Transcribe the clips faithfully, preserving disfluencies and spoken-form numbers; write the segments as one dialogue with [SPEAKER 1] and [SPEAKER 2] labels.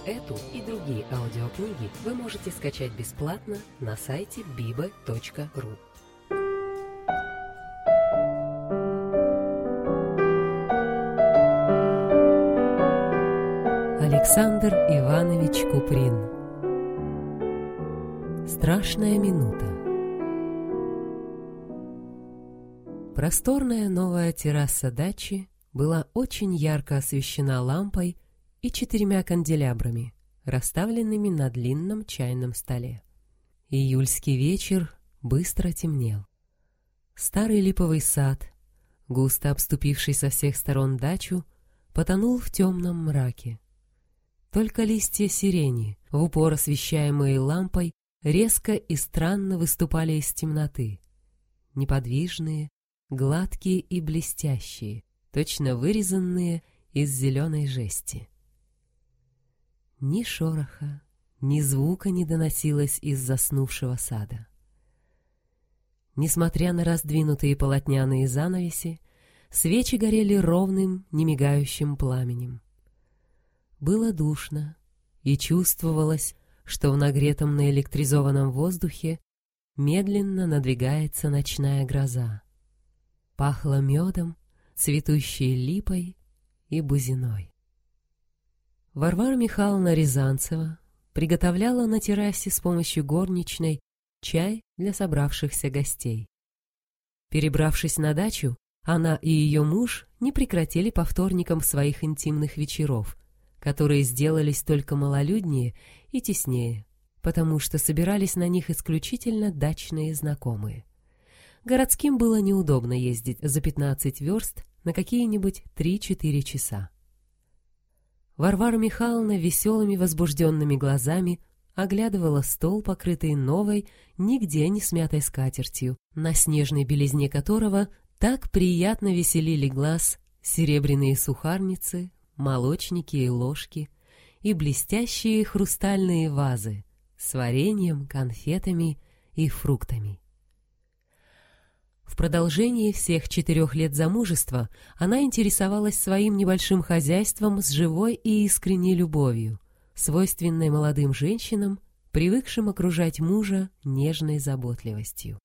[SPEAKER 1] Эту и другие аудиокниги вы можете скачать бесплатно на сайте биба точка ру. Александр Иванович Куприн. Страшная минута. Просторная новая терраса дачи была очень ярко освещена лампой и четырьмя канделябрами, расставленными на длинном чайном столе. Июльский вечер быстро темнел. Старый липовый сад, густо обступивший со всех сторон дачу, потонул в темном мраке. Только листья сирени, в упор освещаемые лампой, резко и странно выступали из темноты. Неподвижные, гладкие и блестящие, точно вырезанные из зеленой жести. Ни шороха, ни звука не доносилось из заснувшего сада. Несмотря на раздвинутые полотняные занавеси, свечи горели ровным, немигающим пламенем. Было душно, и чувствовалось, что в нагретом наэлектризованном воздухе медленно надвигается ночная гроза. Пахло медом, цветущей липой и бузиной. Варвара Михайловна Рязанцева приготовляла на террасе с помощью горничной чай для собравшихся гостей. Перебравшись на дачу, она и ее муж не прекратили по вторникам своих интимных вечеров, которые сделались только малолюднее и теснее, потому что собирались на них исключительно дачные знакомые. Городским было неудобно ездить за пятнадцать верст на какие-нибудь три-четыре часа. Варвара Михайловна веселыми возбужденными глазами оглядывала стол, покрытый новой, нигде не смятой скатертью, на снежной белизне которого так приятно веселили глаз серебряные сухарницы, молочники и ложки и блестящие хрустальные вазы с вареньем, конфетами и фруктами. В продолжении всех четырех лет замужества она интересовалась своим небольшим хозяйством с живой и искренней любовью, свойственной молодым женщинам, привыкшим окружать мужа нежной заботливостью.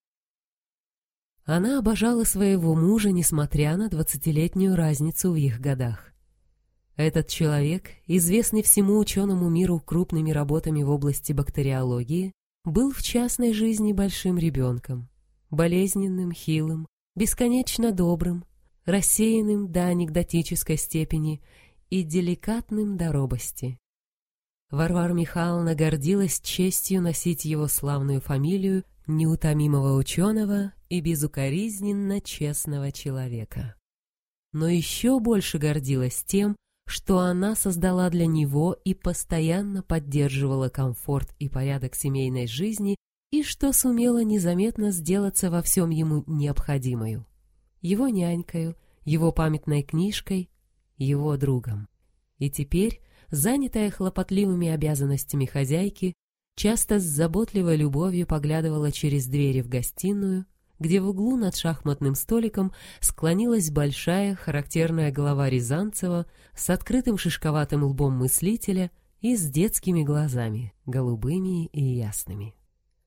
[SPEAKER 1] Она обожала своего мужа, несмотря на двадцатилетнюю разницу в их годах. Этот человек, известный всему ученому миру крупными работами в области бактериологии, был в частной жизни большим ребенком. Болезненным, хилым, бесконечно добрым, рассеянным до анекдотической степени и деликатным до робости. Варвара Михайловна гордилась честью носить его славную фамилию неутомимого ученого и безукоризненно честного человека. Но еще больше гордилась тем, что она создала для него и постоянно поддерживала комфорт и порядок семейной жизни, и что сумела незаметно сделаться во всем ему необходимою. Его нянькою, его памятной книжкой, его другом. И теперь, занятая хлопотливыми обязанностями хозяйки, часто с заботливой любовью поглядывала через двери в гостиную, где в углу над шахматным столиком склонилась большая характерная голова Рязанцева с открытым шишковатым лбом мыслителя и с детскими глазами, голубыми и ясными.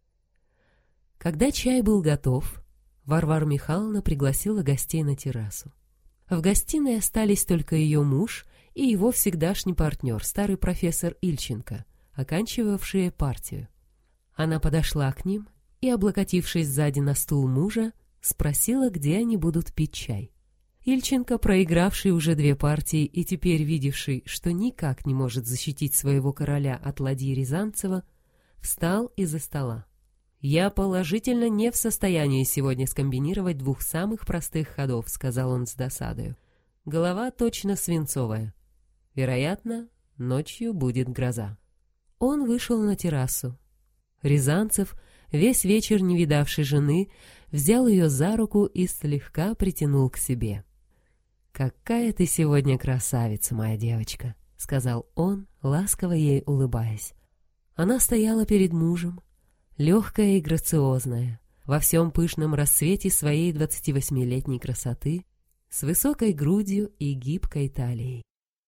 [SPEAKER 1] Когда чай был готов, Варвара Михайловна пригласила гостей на террасу. В гостиной остались только ее муж и его всегдашний партнер, старый профессор Ильченко, оканчивавшие партию. Она подошла к ним и, облокотившись сзади на стул мужа, спросила, где они будут пить чай. Ильченко, проигравший уже две партии и теперь видевший, что никак не может защитить своего короля от ладьи Рязанцева, встал из-за стола. «Я положительно не в состоянии сегодня скомбинировать двух самых простых ходов», — сказал он с досадою. «Голова точно свинцовая. Вероятно, ночью будет гроза». Он вышел на террасу. Рязанцев, весь вечер не видавший жены, взял ее за руку и слегка притянул к себе. «Какая ты сегодня красавица, моя девочка», — сказал он, ласково ей улыбаясь. Она стояла перед мужем, легкая и грациозная, во всем пышном расцвете своей двадцативосьмилетней красоты, с высокой грудью и гибкой талией.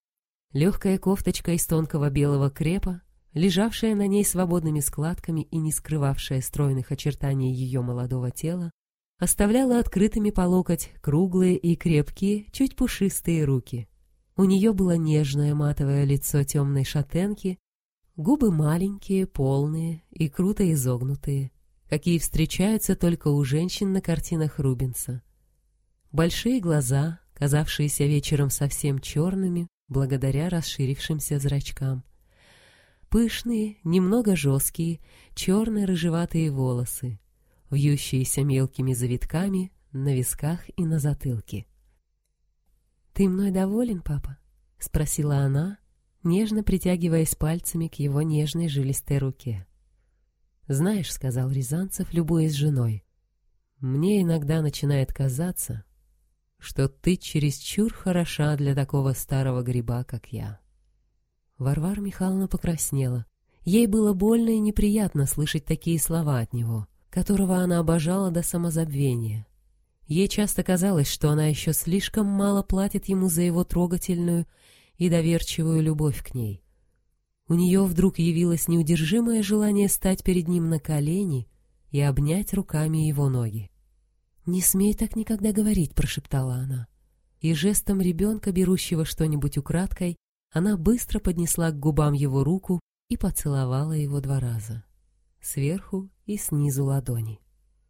[SPEAKER 1] Легкая кофточка из тонкого белого крепа, лежавшая на ней свободными складками и не скрывавшая стройных очертаний ее молодого тела, оставляла открытыми по локоть круглые и крепкие, чуть пушистые руки. У нее было нежное матовое лицо темной шатенки, губы маленькие, полные и круто изогнутые, какие встречаются только у женщин на картинах Рубенса. Большие глаза, казавшиеся вечером совсем черными, благодаря расширившимся зрачкам. Пышные, немного жесткие, черно-рыжеватые волосы, вьющиеся мелкими завитками на висках и на затылке. «Ты мной доволен, папа?» — спросила она, нежно притягиваясь пальцами к его нежной жилистой руке. «Знаешь, — сказал Рязанцев, любуясь женой, — мне иногда начинает казаться, что ты чересчур хороша для такого старого гриба, как я». Варвара Михайловна покраснела. Ей было больно и неприятно слышать такие слова от него, которого она обожала до самозабвения. Ей часто казалось, что она еще слишком мало платит ему за его трогательную и доверчивую любовь к ней. У нее вдруг явилось неудержимое желание стать перед ним на колени и обнять руками его ноги. «Не смей так никогда говорить», — прошептала она. И жестом ребенка, берущего что-нибудь украдкой, она быстро поднесла к губам его руку и поцеловала его два раза, сверху и снизу ладони.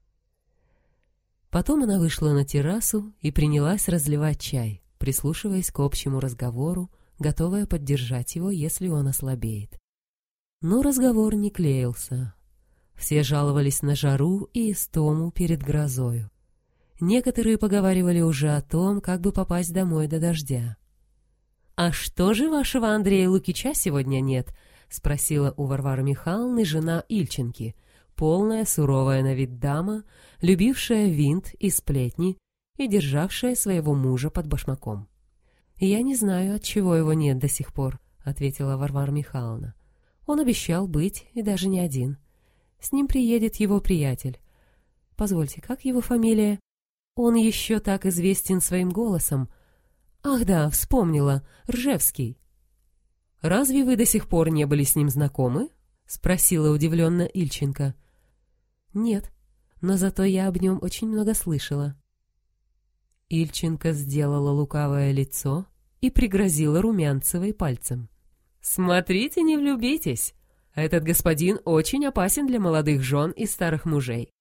[SPEAKER 1] Потом она вышла на террасу и принялась разливать чай, прислушиваясь к общему разговору, готовая поддержать его, если он ослабеет. Но разговор не клеился. Все жаловались на жару и истому перед грозою. Некоторые поговаривали уже о том, как бы попасть домой до дождя. «А что же вашего Андрея Лукича сегодня нет?» — спросила у Варвары Михайловны жена Ильченки, полная, суровая на вид дама, любившая винт и сплетни и державшая своего мужа под башмаком. «Я не знаю, отчего его нет до сих пор», — ответила Варвара Михайловна. «Он обещал быть, и даже не один. С ним приедет его приятель. Позвольте, как его фамилия? Он еще так известен своим голосом. Ах да, вспомнила, Ржевский». «Разве вы до сих пор не были с ним знакомы?» — спросила удивленно Ильченко. «Нет, но зато я об нем очень много слышала». Ильченко сделала лукавое лицо и пригрозила Румянцевой пальцем. «Смотрите, не влюбитесь! Этот господин очень опасен для молодых жен и старых мужей».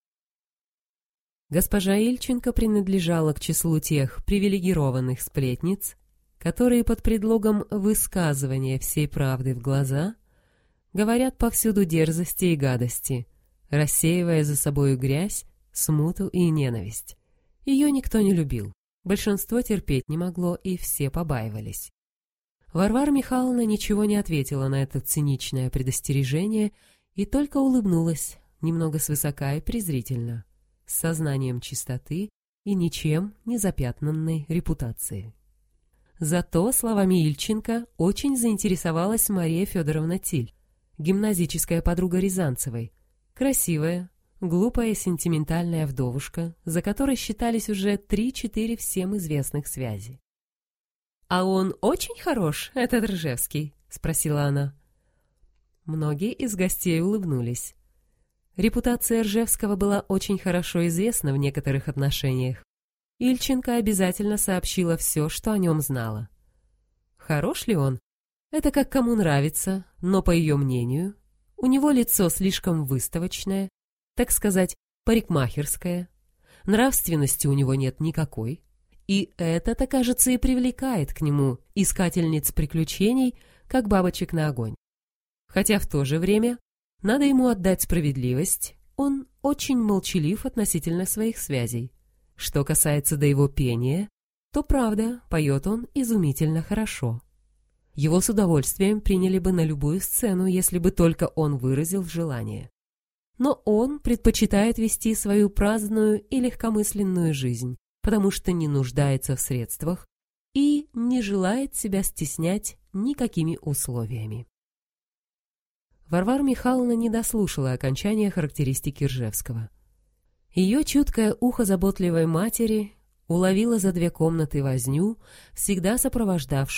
[SPEAKER 1] Госпожа Ильченко принадлежала к числу тех привилегированных сплетниц, которые под предлогом высказывания всей правды в глаза говорят повсюду дерзости и гадости, рассеивая за собою грязь, смуту и ненависть. Ее никто не любил, большинство терпеть не могло, и все побаивались. Варвара Михайловна ничего не ответила на это циничное предостережение и только улыбнулась, немного свысока и презрительно, с сознанием чистоты и ничем не запятнанной репутации. Зато словами Ильченко очень заинтересовалась Мария Федоровна Тиль, гимназическая подруга Рязанцевой, красивая, глупая и сентиментальная вдовушка, за которой считались уже три-четыре всем известных связи. «А он очень хорош, этот Ржевский?» — спросила она. Многие из гостей улыбнулись. Репутация Ржевского была очень хорошо известна в некоторых отношениях. Ильченко обязательно сообщила все, что о нем знала. Хорош ли он? Это как кому нравится, но, по ее мнению, у него лицо слишком выставочное, так сказать, парикмахерское, нравственности у него нет никакой, и это-то, кажется, и привлекает к нему искательниц приключений, как бабочек на огонь. Хотя в то же время надо ему отдать справедливость, он очень молчалив относительно своих связей. Что касается до его пения, то правда, поет он изумительно хорошо. Его с удовольствием приняли бы на любую сцену, если бы только он выразил желание. Но он предпочитает вести свою праздную и легкомысленную жизнь, потому что не нуждается в средствах и не желает себя стеснять никакими условиями. Варвара Михайловна не дослушала окончания характеристики Ржевского. Ее чуткое ухо заботливой матери уловило за две комнаты возню, всегда сопровождавшую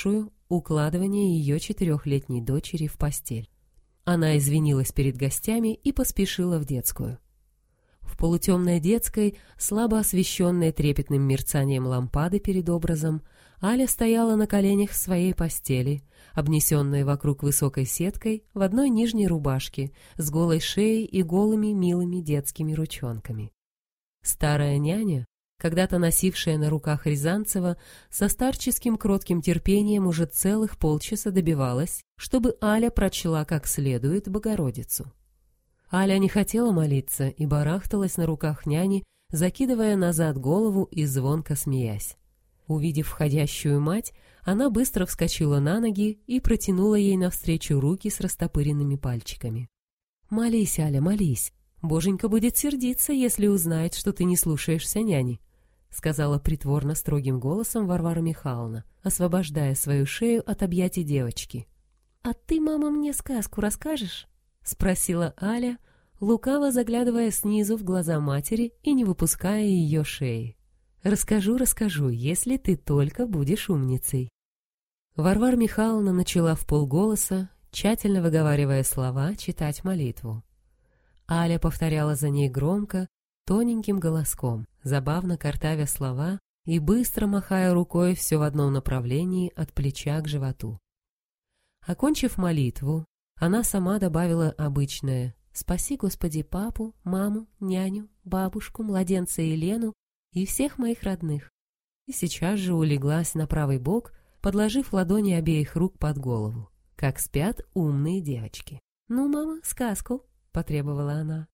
[SPEAKER 1] укладывание ее четырехлетней дочери в постель. Она извинилась перед гостями и поспешила в детскую. В полутемной детской, слабо освещенной трепетным мерцанием лампады перед образом, Аля стояла на коленях в своей постели, обнесенной вокруг высокой сеткой, в одной нижней рубашке, с голой шеей и голыми милыми детскими ручонками. Старая няня, когда-то носившая на руках Рязанцева, со старческим кротким терпением уже целых полчаса добивалась, чтобы Аля прочла как следует Богородицу. Аля не хотела молиться и барахталась на руках няни, закидывая назад голову и звонко смеясь. Увидев входящую мать, она быстро вскочила на ноги и протянула ей навстречу руки с растопыренными пальчиками. «Молись, Аля, молись. Боженька будет сердиться, если узнает, что ты не слушаешься няни», — сказала притворно строгим голосом Варвара Михайловна, освобождая свою шею от объятий девочки. «А ты, мама, мне сказку расскажешь?» — спросила Аля, лукаво заглядывая снизу в глаза матери и не выпуская ее шеи. «Расскажу, расскажу, если ты только будешь умницей». Варвара Михайловна начала вполголоса, тщательно выговаривая слова, читать молитву. Аля повторяла за ней громко, тоненьким голоском, забавно картавя слова и быстро махая рукой все в одном направлении от плеча к животу. Окончив молитву, она сама добавила обычное «Спаси, Господи, папу, маму, няню, бабушку, младенца Елену и всех моих родных», и сейчас же улеглась на правый бок, подложив ладони обеих рук под голову, как спят умные девочки. «Ну, мама, сказку», — потребовала она.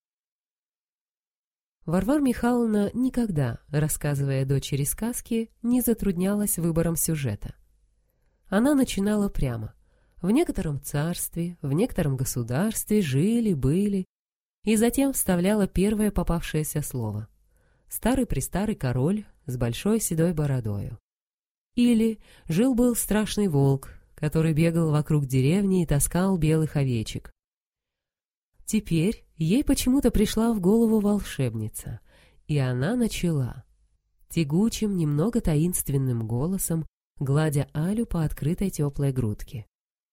[SPEAKER 1] Варвара Михайловна никогда, рассказывая дочери сказки, не затруднялась выбором сюжета. Она начинала прямо. В некотором царстве, в некотором государстве жили-были, и затем вставляла первое попавшееся слово. Старый-престарый король с большой седой бородою. Или жил-был страшный волк, который бегал вокруг деревни и таскал белых овечек. Теперь ей почему-то пришла в голову волшебница, и она начала, тягучим, немного таинственным голосом, гладя Алю по открытой теплой грудке.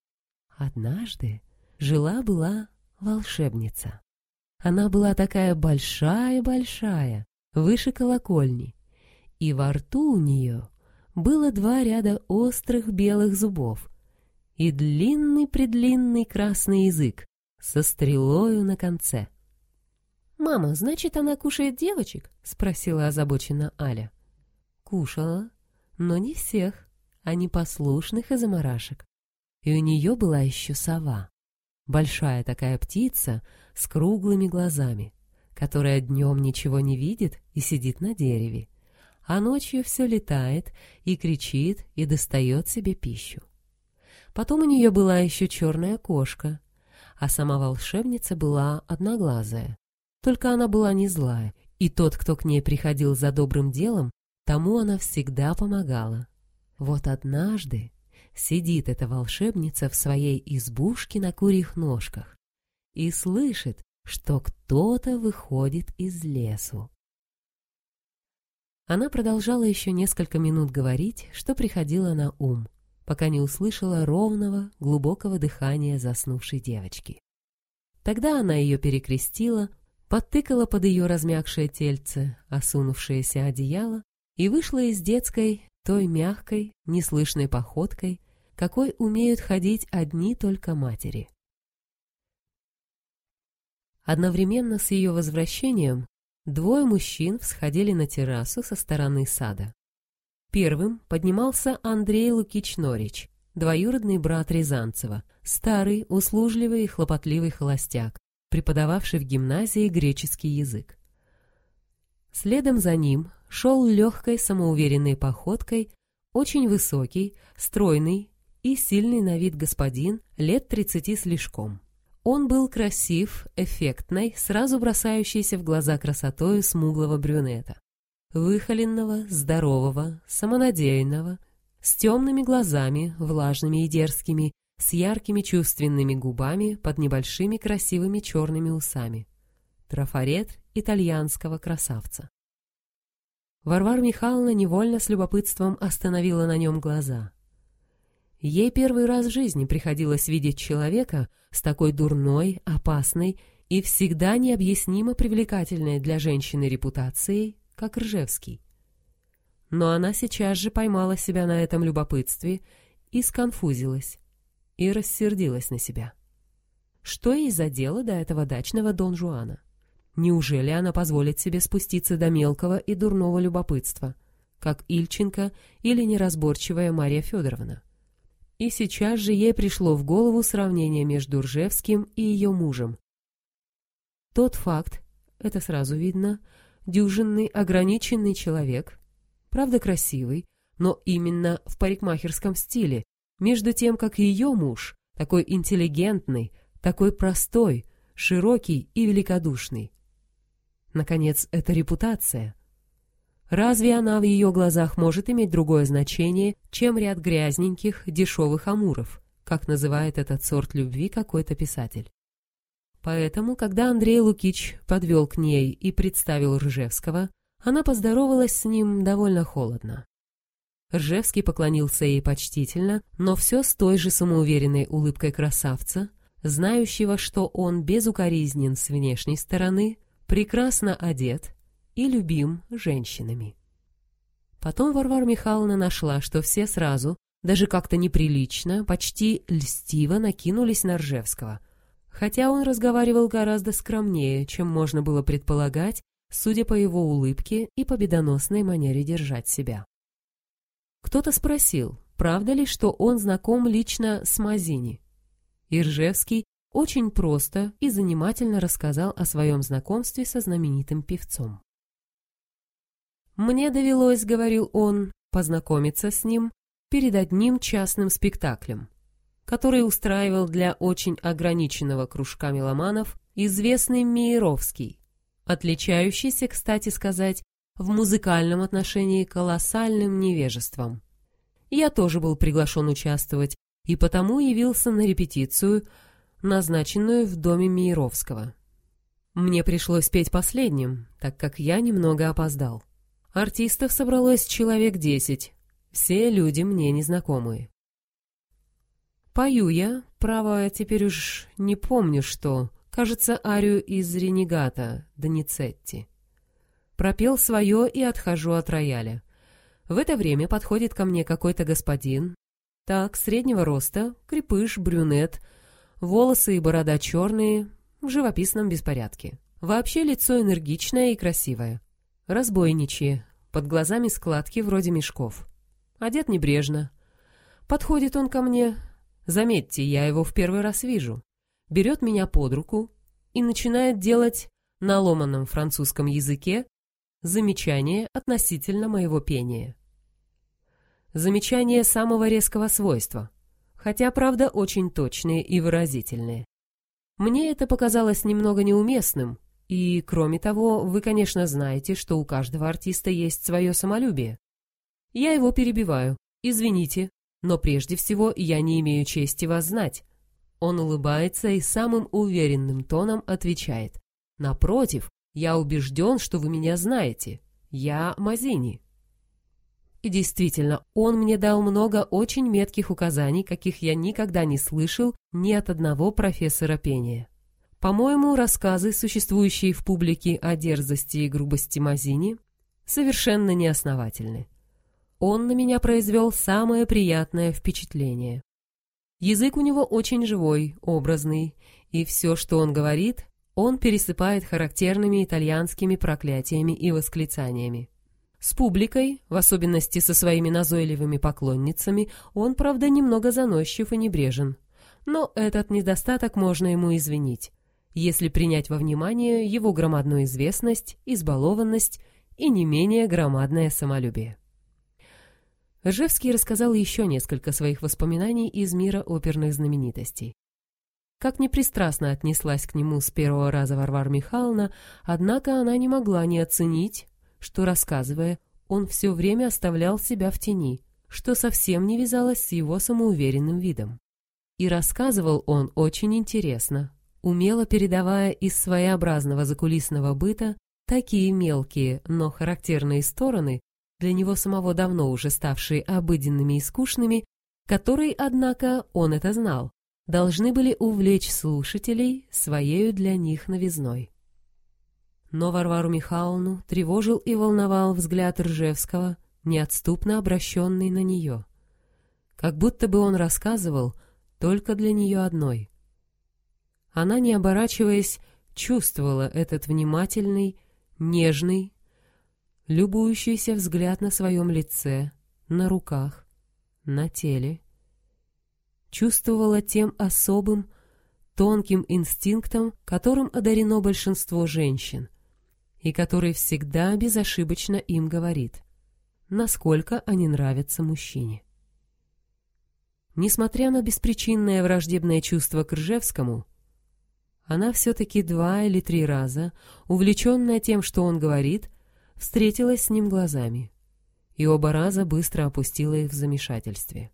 [SPEAKER 1] Однажды жила-была волшебница. Она была такая большая-большая, выше колокольни, и во рту у нее было два ряда острых белых зубов и длинный-предлинный красный язык со стрелою на конце. «Мама, значит, она кушает девочек?» — спросила озабоченно Аля. Кушала, но не всех, а непослушных и заморашек. И у нее была еще сова, большая такая птица с круглыми глазами, которая днем ничего не видит и сидит на дереве, а ночью все летает и кричит и достает себе пищу. Потом у нее была еще черная кошка, а сама волшебница была одноглазая. Только она была не злая, и тот, кто к ней приходил за добрым делом, тому она всегда помогала. Вот однажды сидит эта волшебница в своей избушке на курьих ножках и слышит, что кто-то выходит из лесу. Она продолжала еще несколько минут говорить, что приходило на ум, пока не услышала ровного, глубокого дыхания заснувшей девочки. Тогда она ее перекрестила, подтыкала под ее размягшее тельце осунувшееся одеяло и вышла из детской той мягкой, неслышной походкой, какой умеют ходить одни только матери. Одновременно с ее возвращением двое мужчин всходили на террасу со стороны сада. Первым поднимался Андрей Лукич Норич, двоюродный брат Рязанцева, старый, услужливый и хлопотливый холостяк, преподававший в гимназии греческий язык. Следом за ним шел легкой самоуверенной походкой очень высокий, стройный и сильный на вид господин лет тридцати слишком. Он был красив, эффектной, сразу бросающейся в глаза красотою смуглого брюнета. Выхоленного, здорового, самонадеянного, с темными глазами, влажными и дерзкими, с яркими чувственными губами под небольшими красивыми черными усами. Трафарет итальянского красавца. Варвара Михайловна невольно с любопытством остановила на нем глаза. Ей первый раз в жизни приходилось видеть человека с такой дурной, опасной и всегда необъяснимо привлекательной для женщины репутацией, как Ржевский. Но она сейчас же поймала себя на этом любопытстве и сконфузилась, и рассердилась на себя. Что ей за дело до этого дачного Дон Жуана? Неужели она позволит себе спуститься до мелкого и дурного любопытства, как Ильченко или неразборчивая Марья Федоровна? И сейчас же ей пришло в голову сравнение между Ржевским и ее мужем. Тот факт, это сразу видно, дюжинный, ограниченный человек, правда красивый, но именно в парикмахерском стиле, между тем, как ее муж, такой интеллигентный, такой простой, широкий и великодушный. Наконец, это репутация. Разве она в ее глазах может иметь другое значение, чем ряд грязненьких, дешевых амуров, как называет этот сорт любви какой-то писатель? Поэтому, когда Андрей Лукич подвел к ней и представил Ржевского, она поздоровалась с ним довольно холодно. Ржевский поклонился ей почтительно, но все с той же самоуверенной улыбкой красавца, знающего, что он безукоризнен с внешней стороны, прекрасно одет и любим женщинами. Потом Варвара Михайловна нашла, что все сразу, даже как-то неприлично, почти льстиво накинулись на Ржевского, хотя он разговаривал гораздо скромнее, чем можно было предполагать, судя по его улыбке и победоносной манере держать себя. Кто-то спросил, правда ли, что он знаком лично с Мазини. И Ржевский очень просто и занимательно рассказал о своем знакомстве со знаменитым певцом. «Мне довелось, — говорил он, — познакомиться с ним перед одним частным спектаклем, который устраивал для очень ограниченного кружка меломанов известный Мееровский, отличающийся, кстати сказать, в музыкальном отношении колоссальным невежеством. Я тоже был приглашен участвовать, и потому явился на репетицию, назначенную в доме Мееровского. Мне пришлось петь последним, так как я немного опоздал. Артистов собралось человек десять, все люди мне незнакомые. Пою я, право, теперь уж не помню что, кажется, арию из «Ренегата» Доницетти. Пропел свое и отхожу от рояля. В это время подходит ко мне какой-то господин, так, среднего роста, крепыш, брюнет, волосы и борода черные, в живописном беспорядке. Вообще лицо энергичное и красивое. Разбойничье, под глазами складки вроде мешков. Одет небрежно. Подходит он ко мне, заметьте, я его в первый раз вижу, берет меня под руку и начинает делать на ломаном французском языке замечания относительно моего пения. Замечания самого резкого свойства, хотя, правда, очень точные и выразительные. Мне это показалось немного неуместным, и, кроме того, вы, конечно, знаете, что у каждого артиста есть свое самолюбие. Я его перебиваю. Извините, но прежде всего я не имею чести вас знать. Он улыбается и самым уверенным тоном отвечает: «Напротив, я убежден, что вы меня знаете. Я Мазини». И действительно, он мне дал много очень метких указаний, каких я никогда не слышал ни от одного профессора пения. По-моему, рассказы, существующие в публике о дерзости и грубости Мазини, совершенно неосновательны. Он на меня произвел самое приятное впечатление. Язык у него очень живой, образный, и все, что он говорит, он пересыпает характерными итальянскими проклятиями и восклицаниями. С публикой, в особенности со своими назойливыми поклонницами, он, правда, немного заносчив и небрежен. Но этот недостаток можно ему извинить, если принять во внимание его громадную известность, избалованность и не менее громадное самолюбие. Ржевский рассказал еще несколько своих воспоминаний из мира оперных знаменитостей. Как непристрастно отнеслась к нему с первого раза Варвара Михайловна, однако она не могла не оценить, что, рассказывая, он все время оставлял себя в тени, что совсем не вязалось с его самоуверенным видом. И рассказывал он очень интересно, умело передавая из своеобразного закулисного быта такие мелкие, но характерные стороны, для него самого давно уже ставшие обыденными и скучными, которые, однако, он это знал, должны были увлечь слушателей своею для них новизной. Но Варвару Михайловну тревожил и волновал взгляд Ржевского, неотступно обращенный на нее. Как будто бы он рассказывал только для нее одной. Она, не оборачиваясь, чувствовала этот внимательный, нежный, любующийся взгляд на своем лице, на руках, на теле. Чувствовала тем особым, тонким инстинктом, которым одарено большинство женщин, и который всегда безошибочно им говорит, насколько они нравятся мужчине. Несмотря на беспричинное враждебное чувство к Ржевскому, она все-таки два или три раза, увлеченная тем, что он говорит, встретилась с ним глазами, и оба раза быстро опустила их в замешательстве.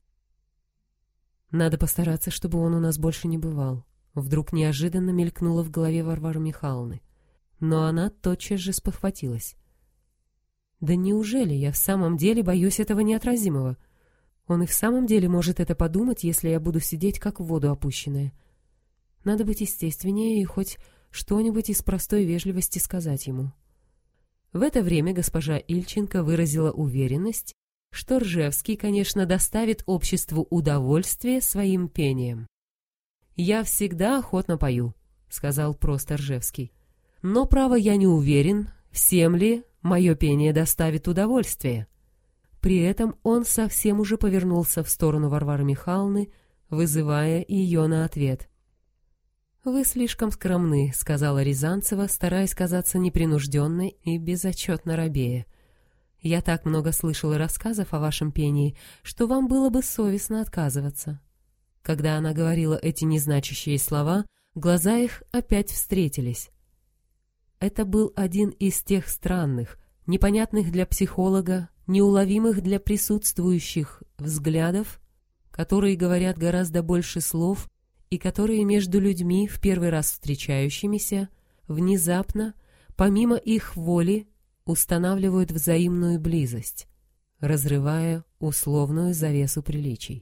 [SPEAKER 1] «Надо постараться, чтобы он у нас больше не бывал», вдруг неожиданно мелькнуло в голове Варвары Михайловны, но она тотчас же спохватилась. «Да неужели я в самом деле боюсь этого неотразимого? Он и в самом деле может это подумать, если я буду сидеть как в воду опущенная. Надо быть естественнее и хоть что-нибудь из простой вежливости сказать ему». В это время госпожа Ильченко выразила уверенность, что Ржевский, конечно, доставит обществу удовольствие своим пением. «Я всегда охотно пою», — сказал просто Ржевский. «Но, право, я не уверен, всем ли мое пение доставит удовольствие». При этом он совсем уже повернулся в сторону Варвары Михайловны, вызывая ее на ответ. «Вы слишком скромны», — сказала Рязанцева, стараясь казаться непринужденной и безотчетно робея. «Я так много слышала рассказов о вашем пении, что вам было бы совестно отказываться». Когда она говорила эти незначащие слова, глаза их опять встретились. Это был один из тех странных, непонятных для психолога, неуловимых для присутствующих взглядов, которые говорят гораздо больше слов и которые между людьми, в первый раз встречающимися, внезапно, помимо их воли, устанавливают взаимную близость, разрывая условную завесу приличий.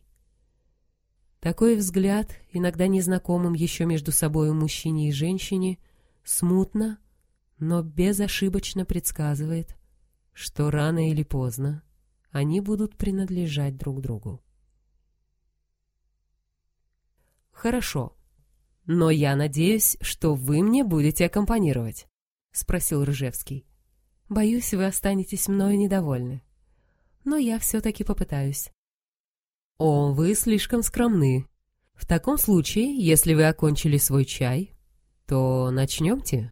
[SPEAKER 1] Такой взгляд, иногда незнакомым еще между собой мужчине и женщине, смутно, но безошибочно предсказывает, что рано или поздно они будут принадлежать друг другу. «Хорошо, но я надеюсь, что вы мне будете аккомпанировать», — спросил Ржевский. «Боюсь, вы останетесь мною недовольны, но я все-таки попытаюсь». «О, вы слишком скромны. В таком случае, если вы окончили свой чай, то начнемте».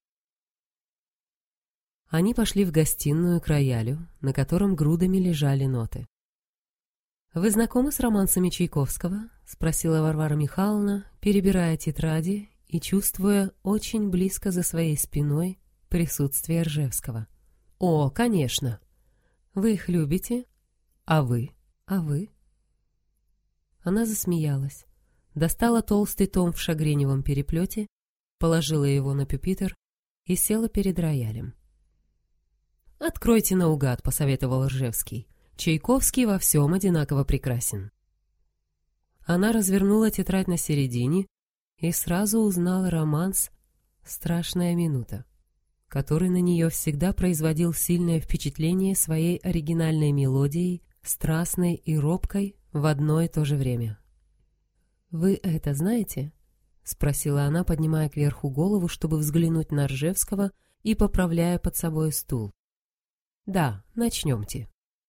[SPEAKER 1] Они пошли в гостиную к роялю, на котором грудами лежали ноты. «Вы знакомы с романсами Чайковского?» — спросила Варвара Михайловна, перебирая тетради и чувствуя очень близко за своей спиной присутствие Ржевского. «О, конечно! Вы их любите? А вы? А вы?» Она засмеялась, достала толстый том в шагреневом переплете, положила его на пюпитр и села перед роялем. «Откройте наугад», — посоветовал Ржевский. «Чайковский во всем одинаково прекрасен». Она развернула тетрадь на середине и сразу узнала романс «Страшная минута», который на нее всегда производил сильное впечатление своей оригинальной мелодией, страстной и робкой в одно и то же время. «Вы это знаете?» — спросила она, поднимая кверху голову, чтобы взглянуть на Ржевского и поправляя под собой стул. «Да, начнемте».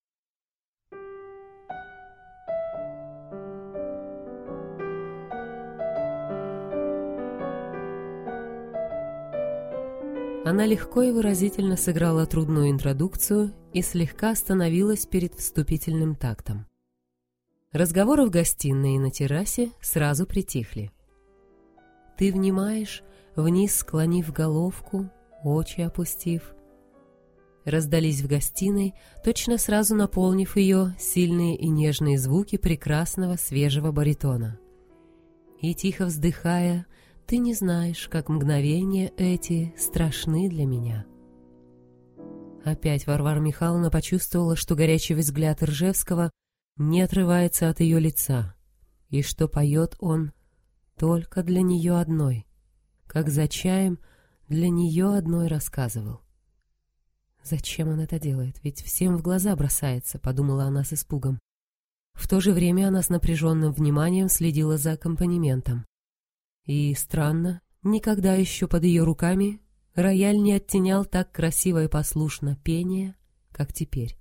[SPEAKER 1] Она легко и выразительно сыграла трудную интродукцию и слегка остановилась перед вступительным тактом. Разговоры в гостиной и на террасе сразу притихли. «Ты внимаешь, вниз склонив головку, очи опустив». Раздались в гостиной, точно сразу наполнив ее сильные и нежные звуки прекрасного свежего баритона. И тихо вздыхая, ты не знаешь, как мгновения эти страшны для меня. Опять Варвара Михайловна почувствовала, что горячий взгляд Ржевского не отрывается от ее лица, и что поет он только для нее одной, как за чаем для нее одной рассказывал. «Зачем он это делает? Ведь всем в глаза бросается», — подумала она с испугом. В то же время она с напряженным вниманием следила за аккомпанементом. И, странно, никогда еще под ее руками рояль не оттенял так красиво и послушно пение, как теперь.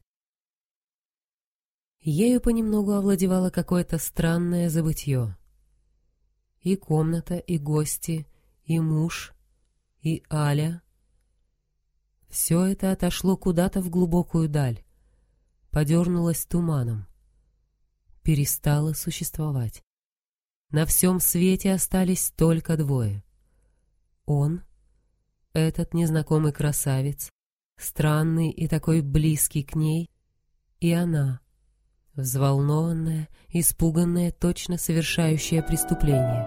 [SPEAKER 1] Ею понемногу овладевало какое-то странное забытье. И комната, и гости, и муж, и Аля. Все это отошло куда-то в глубокую даль, подернулось туманом, перестало существовать. На всем свете остались только двое. Он, этот незнакомый красавец, странный и такой близкий к ней, и она, взволнованная, испуганная, точно совершающая преступление.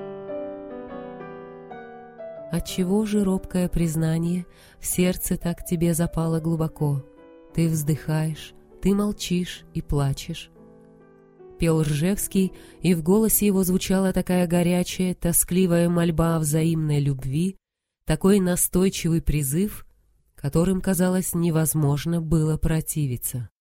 [SPEAKER 1] Отчего же робкое признание в сердце так тебе запало глубоко? Ты вздыхаешь, ты молчишь и плачешь. Пел Ржевский, и в голосе его звучала такая горячая, тоскливая мольба о взаимной любви, такой настойчивый призыв, которым, казалось, невозможно было противиться.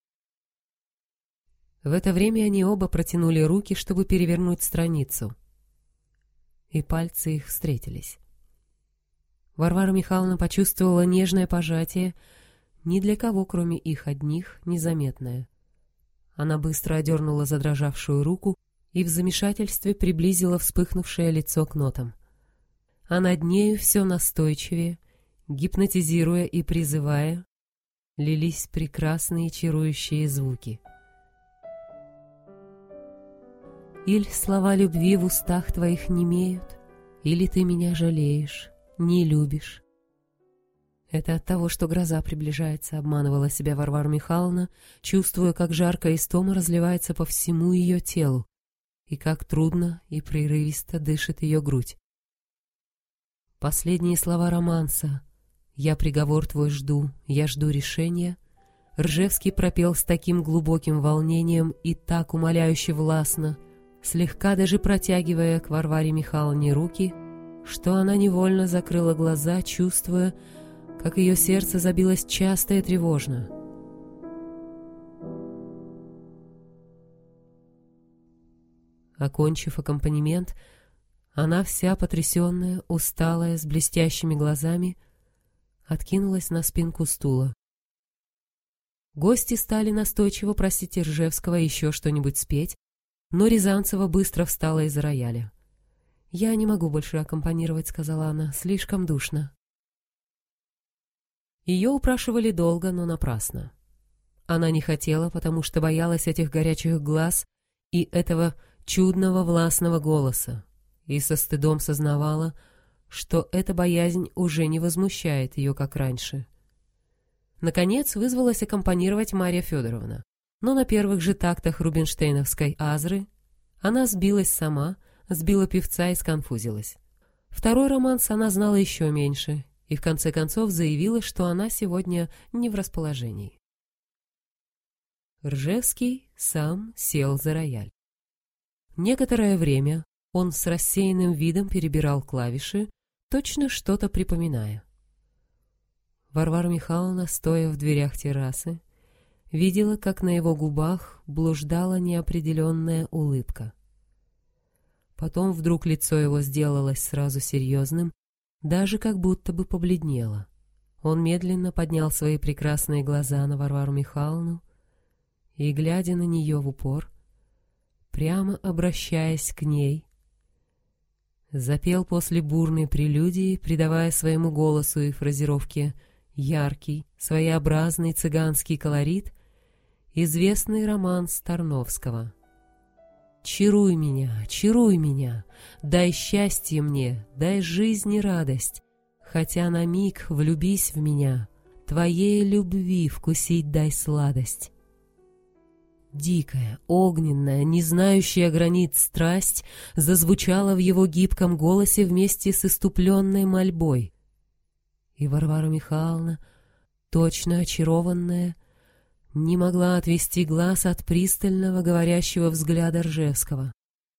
[SPEAKER 1] В это время они оба протянули руки, чтобы перевернуть страницу, и пальцы их встретились. Варвара Михайловна почувствовала нежное пожатие, ни для кого, кроме их одних, незаметное. Она быстро одернула задрожавшую руку и в замешательстве приблизила вспыхнувшее лицо к нотам. А над нею все настойчивее, гипнотизируя и призывая, лились прекрасные чарующие звуки. «Иль слова любви в устах твоих немеют, или ты меня жалеешь, не любишь». Это от того, что гроза приближается, обманывала себя Варвара Михайловна, чувствуя, как жаркая истома разливается по всему ее телу, и как трудно и прерывисто дышит ее грудь. Последние слова романса «Я приговор твой жду, я жду решения» Ржевский пропел с таким глубоким волнением и так умоляюще властно, слегка даже протягивая к Варваре Михайловне руки, что она невольно закрыла глаза, чувствуя, как ее сердце забилось часто и тревожно. Окончив аккомпанемент, она вся потрясенная, усталая, с блестящими глазами, откинулась на спинку стула. Гости стали настойчиво просить Ржевского еще что-нибудь спеть, но Рязанцева быстро встала из-за рояля. «Я не могу больше аккомпанировать», — сказала она, — «слишком душно». Ее упрашивали долго, но напрасно. Она не хотела, потому что боялась этих горячих глаз и этого чудного властного голоса, и со стыдом сознавала, что эта боязнь уже не возмущает ее, как раньше. Наконец вызвалась аккомпанировать Марья Федоровна, но на первых же тактах рубинштейновской азры она сбилась сама, сбила певца и сконфузилась. Второй романс она знала еще меньше и в конце концов заявила, что она сегодня не в расположении. Ржевский сам сел за рояль. Некоторое время он с рассеянным видом перебирал клавиши, точно что-то припоминая. Варвара Михайловна, стоя в дверях террасы, видела, как на его губах блуждала неопределенная улыбка. Потом вдруг лицо его сделалось сразу серьезным, даже как будто бы побледнело. Он медленно поднял свои прекрасные глаза на Варвару Михайловну и, глядя на нее в упор, прямо обращаясь к ней, запел после бурной прелюдии, придавая своему голосу и фразировке яркий, своеобразный цыганский колорит, известный романс Тарновского. «Чаруй меня, чаруй меня, дай счастье мне, дай жизни радость, хотя на миг влюбись в меня, твоей любви вкусить дай сладость». Дикая, огненная, не знающая границ страсть зазвучала в его гибком голосе вместе с иступленной мольбой. И Варвара Михайловна, точно очарованная, не могла отвести глаз от пристального говорящего взгляда Ржевского.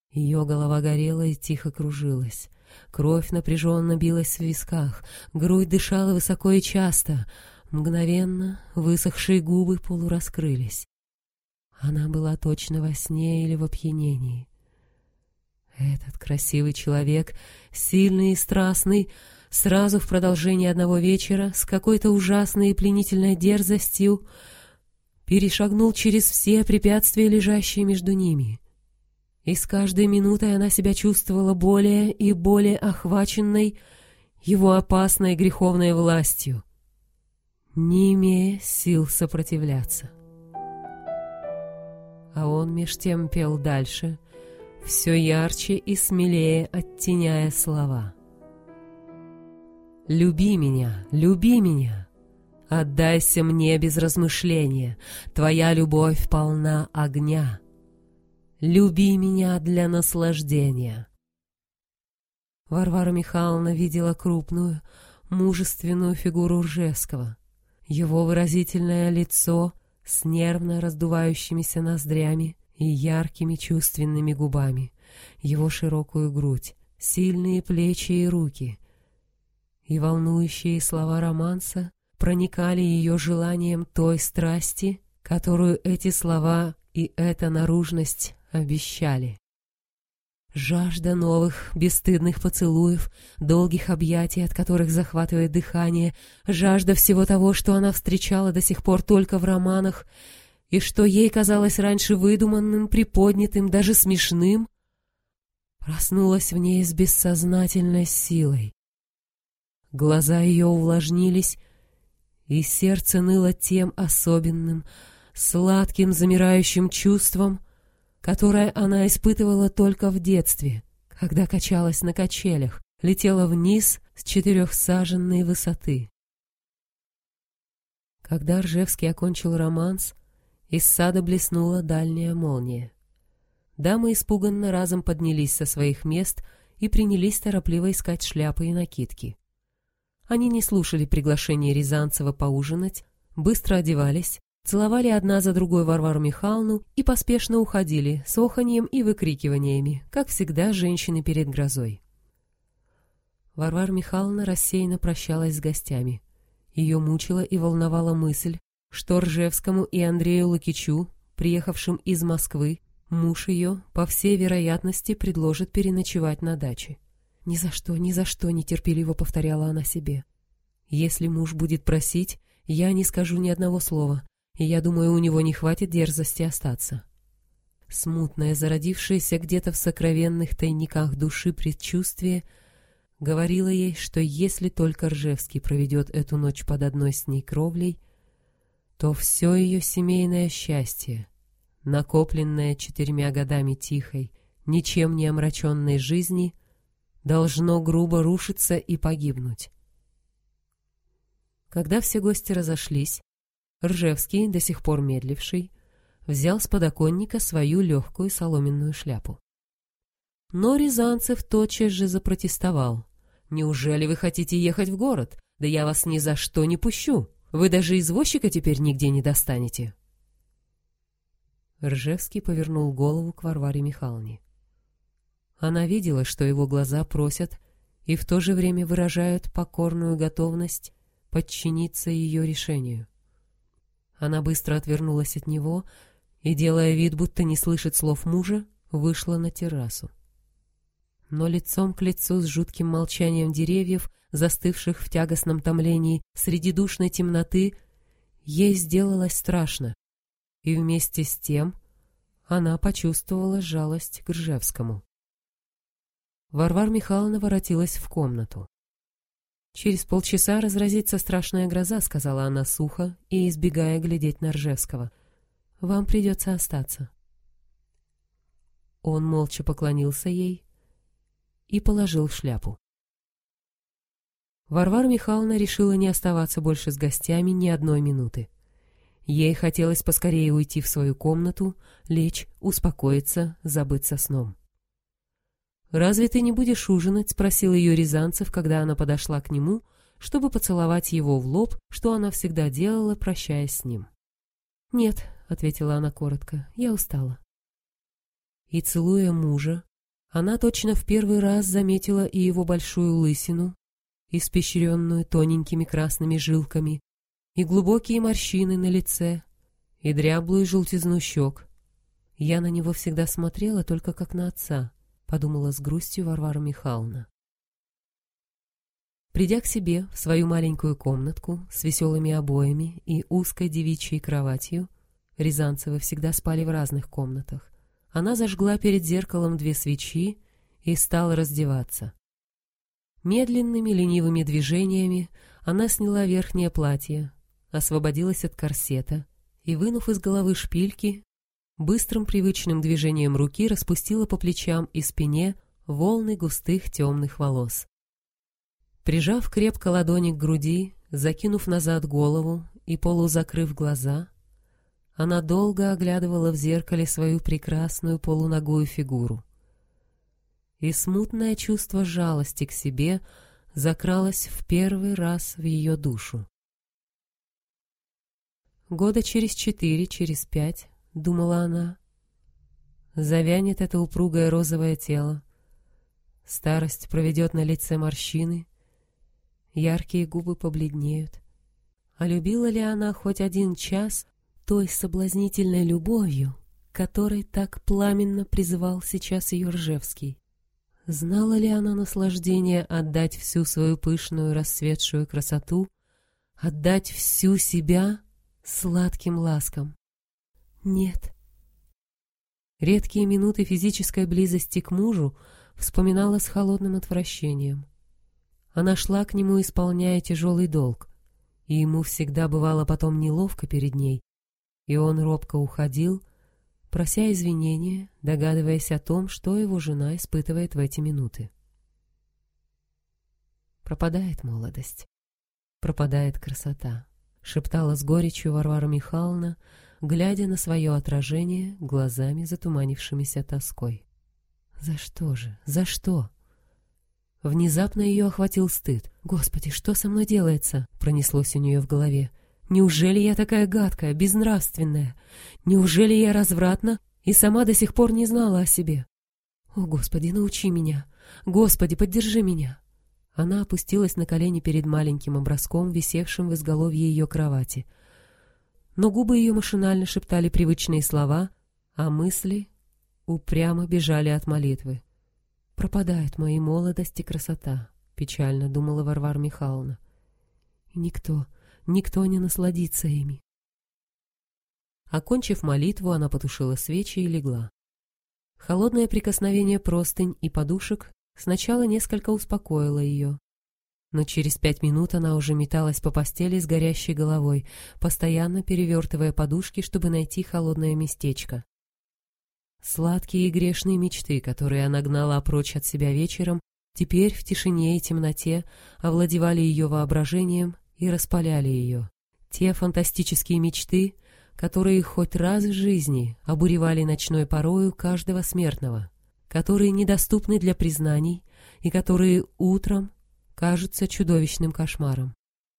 [SPEAKER 1] Ее голова горела и тихо кружилась. Кровь напряженно билась в висках, грудь дышала высоко и часто. Мгновенно высохшие губы полураскрылись. Она была точно во сне или в опьянении. Этот красивый человек, сильный и страстный, сразу в продолжении одного вечера, с какой-то ужасной и пленительной дерзостью, перешагнул через все препятствия, лежащие между ними. И с каждой минутой она себя чувствовала более и более охваченной его опасной греховной властью, не имея сил сопротивляться. А он меж тем пел дальше, все ярче и смелее оттеняя слова. «Люби меня, люби меня, отдайся мне без размышления, твоя любовь полна огня. Люби меня для наслаждения». Варвара Михайловна видела крупную, мужественную фигуру Ржевского, его выразительное лицо с нервно раздувающимися ноздрями и яркими чувственными губами, его широкую грудь, сильные плечи и руки. И волнующие слова романса проникали ее желанием той страсти, которую эти слова и эта наружность обещали. Жажда новых бесстыдных поцелуев, долгих объятий, от которых захватывает дыхание, жажда всего того, что она встречала до сих пор только в романах, и что ей казалось раньше выдуманным, приподнятым, даже смешным, проснулась в ней с бессознательной силой. Глаза ее увлажнились, и сердце ныло тем особенным, сладким, замирающим чувством, которое она испытывала только в детстве, когда качалась на качелях, летела вниз с четырехсаженной высоты. Когда Ржевский окончил романс, из сада блеснула дальняя молния. Дамы испуганно разом поднялись со своих мест и принялись торопливо искать шляпы и накидки. Они не слушали приглашения Рязанцева поужинать, быстро одевались, целовали одна за другой Варвару Михайловну и поспешно уходили с оханьем и выкрикиваниями, как всегда женщины перед грозой. Варвара Михайловна рассеянно прощалась с гостями. Ее мучила и волновала мысль, что Ржевскому и Андрею Лукичу, приехавшим из Москвы, муж ее, по всей вероятности, предложит переночевать на даче. «Ни за что, ни за что!» — нетерпеливо повторяла она себе. «Если муж будет просить, я не скажу ни одного слова, и я думаю, у него не хватит дерзости остаться». Смутное, зародившееся где-то в сокровенных тайниках души предчувствие говорило ей, что если только Ржевский проведет эту ночь под одной с ней кровлей, то все ее семейное счастье, накопленное четырьмя годами тихой, ничем не омраченной жизни, должно грубо рушиться и погибнуть. Когда все гости разошлись, Ржевский, до сих пор медливший, взял с подоконника свою легкую соломенную шляпу. Но Рязанцев тотчас же запротестовал. «Неужели вы хотите ехать в город? Да я вас ни за что не пущу. Вы даже извозчика теперь нигде не достанете». Ржевский повернул голову к Варваре Михайловне. Она видела, что его глаза просят и в то же время выражают покорную готовность подчиниться ее решению. Она быстро отвернулась от него и, делая вид, будто не слышит слов мужа, вышла на террасу. Но лицом к лицу с жутким молчанием деревьев, застывших в тягостном томлении среди душной темноты, ей сделалось страшно, и вместе с тем она почувствовала жалость к Ржевскому. Варвара Михайловна воротилась в комнату. «Через полчаса разразится страшная гроза», — сказала она сухо и избегая глядеть на Ржевского. «Вам придется остаться». Он молча поклонился ей и положил шляпу. Варвара Михайловна решила не оставаться больше с гостями ни одной минуты. Ей хотелось поскорее уйти в свою комнату, лечь, успокоиться, забыться сном. «Разве ты не будешь ужинать?» — спросил ее Рязанцев, когда она подошла к нему, чтобы поцеловать его в лоб, что она всегда делала, прощаясь с ним. «Нет», — ответила она коротко, — «я устала». И, целуя мужа, Она точно в первый раз заметила и его большую лысину, испещренную тоненькими красными жилками, и глубокие морщины на лице, и дряблую желтизну щек. «Я на него всегда смотрела только как на отца», — подумала с грустью Варвара Михайловна. Придя к себе в свою маленькую комнатку с веселыми обоями и узкой девичьей кроватью, Рязанцевы всегда спали в разных комнатах, она зажгла перед зеркалом две свечи и стала раздеваться. Медленными ленивыми движениями она сняла верхнее платье, освободилась от корсета и, вынув из головы шпильки, быстрым привычным движением руки распустила по плечам и спине волны густых темных волос. Прижав крепко ладони к груди, закинув назад голову и полузакрыв глаза, она долго оглядывала в зеркале свою прекрасную полуногую фигуру. И смутное чувство жалости к себе закралось в первый раз в ее душу. Года через четыре, через пять, думала она, завянет это упругое розовое тело, старость проведет на лице морщины, яркие губы побледнеют. А любила ли она хоть один час той соблазнительной любовью, которой так пламенно призывал сейчас ее Ржевский? Знала ли она наслаждение отдать всю свою пышную расцветшую красоту, отдать всю себя сладким ласкам? Нет. Редкие минуты физической близости к мужу вспоминала с холодным отвращением. Она шла к нему, исполняя тяжелый долг, и ему всегда бывало потом неловко перед ней, и он робко уходил, прося извинения, догадываясь о том, что его жена испытывает в эти минуты. «Пропадает молодость, пропадает красота», — шептала с горечью Варвара Михайловна, глядя на свое отражение глазами, затуманившимися тоской. «За что же? За что?» Внезапно ее охватил стыд. «Господи, что со мной делается?» — пронеслось у нее в голове. «Неужели я такая гадкая, безнравственная? Неужели я развратна и сама до сих пор не знала о себе? О, Господи, научи меня! Господи, поддержи меня!» Она опустилась на колени перед маленьким образком, висевшим в изголовье ее кровати. Но губы ее машинально шептали привычные слова, а мысли упрямо бежали от молитвы. «Пропадают мои молодость и красота», — печально думала Варвара Михайловна. «И никто, никто не насладится ими». Окончив молитву, она потушила свечи и легла. Холодное прикосновение простынь и подушек сначала несколько успокоило ее, но через пять минут она уже металась по постели с горящей головой, постоянно перевертывая подушки, чтобы найти холодное местечко. Сладкие и грешные мечты, которые она гнала прочь от себя вечером, теперь в тишине и темноте овладевали ее воображением и распаляли ее. Те фантастические мечты, которые хоть раз в жизни обуревали ночной порою каждого смертного, которые недоступны для признаний и которые утром кажутся чудовищным кошмаром.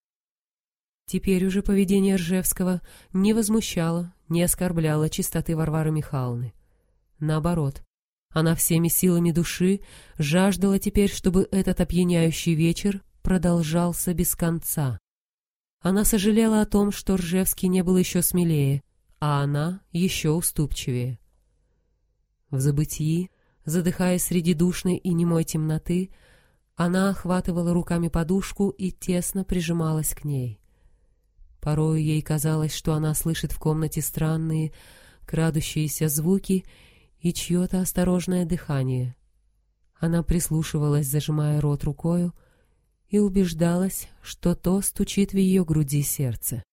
[SPEAKER 1] Теперь уже поведение Ржевского не возмущало, не оскорбляло чистоты Варвары Михайловны. Наоборот, она всеми силами души жаждала теперь, чтобы этот опьяняющий вечер продолжался без конца. Она сожалела о том, что Ржевский не был еще смелее, а она еще уступчивее. В забытии, задыхаясь среди душной и немой темноты, она охватывала руками подушку и тесно прижималась к ней. Порою ей казалось, что она слышит в комнате странные, крадущиеся звуки и чье-то осторожное дыхание. Она прислушивалась, зажимая рот рукою, и убеждалась, что то стучит в ее груди сердце.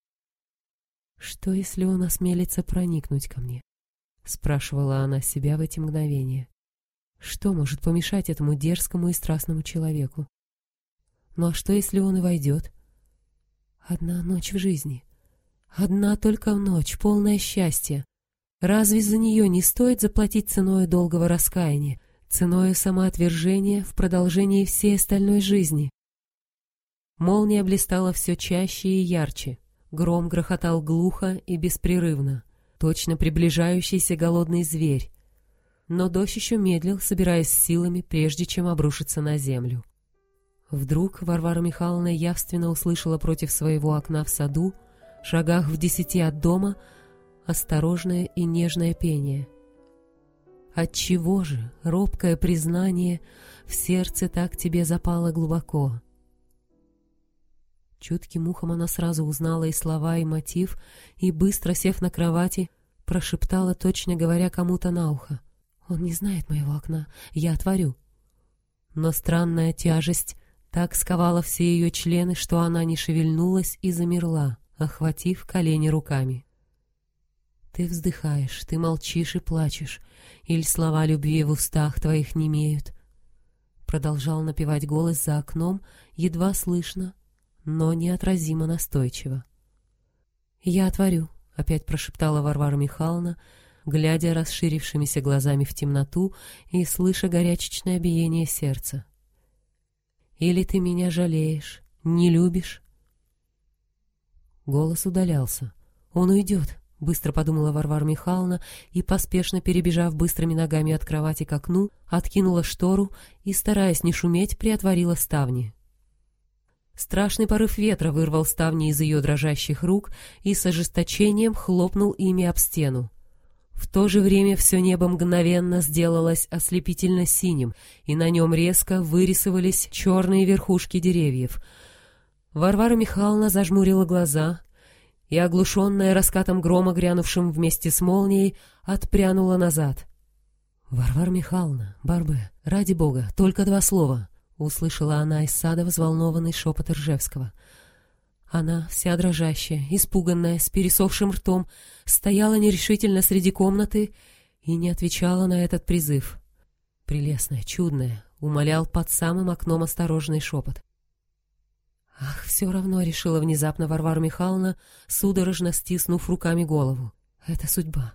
[SPEAKER 1] «Что, если он осмелится проникнуть ко мне?» — спрашивала она себя в эти мгновения. «Что может помешать этому дерзкому и страстному человеку? Ну а что, если он и войдет? Одна ночь в жизни, одна только ночь, полное счастье. Разве за нее не стоит заплатить ценой долгого раскаяния, ценой самоотвержения в продолжении всей остальной жизни?» Молния блистала все чаще и ярче, гром грохотал глухо и беспрерывно, точно приближающийся голодный зверь. но дождь еще медлил, собираясь силами, прежде чем обрушиться на землю. Вдруг Варвара Михайловна явственно услышала против своего окна в саду, шагах в десяти от дома, осторожное и нежное пение. Отчего же робкое признание в сердце так тебе запало глубоко? Чутким ухом она сразу узнала и слова, и мотив, и, быстро сев на кровати, прошептала, точно говоря кому-то на ухо: «Он не знает моего окна, я отворю». Но странная тяжесть так сковала все ее члены, что она не шевельнулась и замерла, охватив колени руками. Ты вздыхаешь, ты молчишь и плачешь, или слова любви в устах твоих немеют. Продолжал напевать голос за окном, едва слышно, но неотразимо настойчиво. «Я отворю», — опять прошептала Варвара Михайловна, глядя расширившимися глазами в темноту и слыша горячечное биение сердца. «Или ты меня жалеешь, не любишь?» Голос удалялся. «Он уйдет», — быстро подумала Варвара Михайловна и, поспешно перебежав быстрыми ногами от кровати к окну, откинула штору и, стараясь не шуметь, приотворила ставни. Страшный порыв ветра вырвал ставни из ее дрожащих рук и с ожесточением хлопнул ими об стену. В то же время все небо мгновенно сделалось ослепительно синим, и на нем резко вырисовались черные верхушки деревьев. Варвара Михайловна зажмурила глаза и, оглушенная раскатом грома, грянувшим вместе с молнией, отпрянула назад. «Варвара Михайловна, Барбе, ради бога, только два слова!» — услышала она из сада взволнованный шепот Ржевского. Она, вся дрожащая, испуганная, с пересохшим ртом, стояла нерешительно среди комнаты и не отвечала на этот призыв. Прелестная, чудная, умолял под самым окном осторожный шепот. «Ах, все равно», — решила внезапно Варвара Михайловна, судорожно стиснув руками голову. «Это судьба».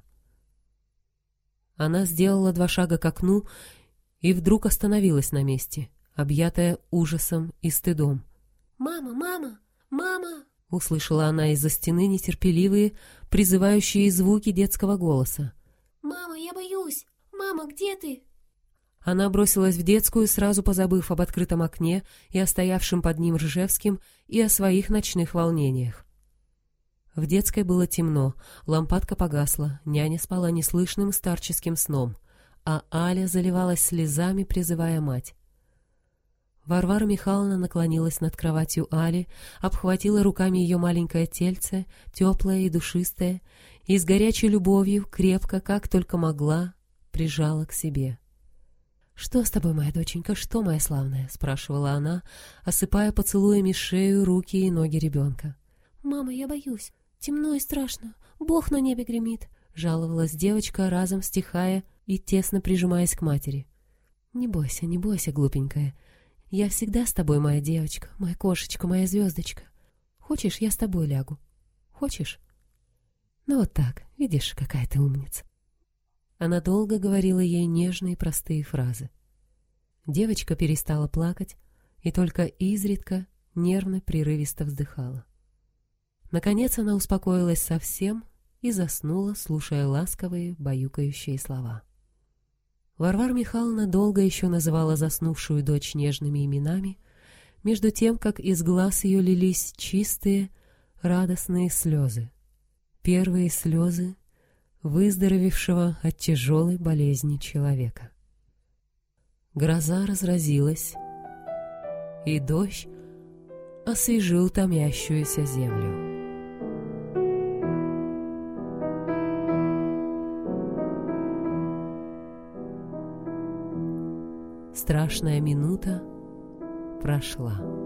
[SPEAKER 1] Она сделала два шага к окну и вдруг остановилась на месте, объятая ужасом и стыдом. «Мама, мама! «Мама!» — услышала она из-за стены нетерпеливые, призывающие звуки детского голоса. «Мама, я боюсь! Мама, где ты?» Она бросилась в детскую, сразу позабыв об открытом окне и о стоявшем под ним Ржевским и о своих ночных волнениях. В детской было темно, лампадка погасла, няня спала неслышным старческим сном, а Аля заливалась слезами, призывая мать. Варвара Михайловна наклонилась над кроватью Али, обхватила руками ее маленькое тельце, теплое и душистое, и с горячей любовью, крепко, как только могла, прижала к себе. «Что с тобой, моя доченька, что, моя славная?» — спрашивала она, осыпая поцелуями шею, руки и ноги ребенка. «Мама, я боюсь. Темно и страшно. Бог на небе гремит», — жаловалась девочка, разом стихая и тесно прижимаясь к матери. «Не бойся, не бойся, глупенькая. Я всегда с тобой, моя девочка, моя кошечка, моя звездочка. Хочешь, я с тобой лягу? Хочешь?» Ну вот так, видишь, какая ты умница. Она долго говорила ей нежные простые фразы. Девочка перестала плакать и только изредка нервно прерывисто вздыхала. Наконец она успокоилась совсем и заснула, слушая ласковые, баюкающие слова. Варвара Михайловна долго еще называла заснувшую дочь нежными именами, между тем, как из глаз ее лились чистые, радостные слезы. Первые слезы выздоровевшего от тяжелой болезни человека. Гроза разразилась, и дождь освежил томящуюся землю. Страшная минута прошла.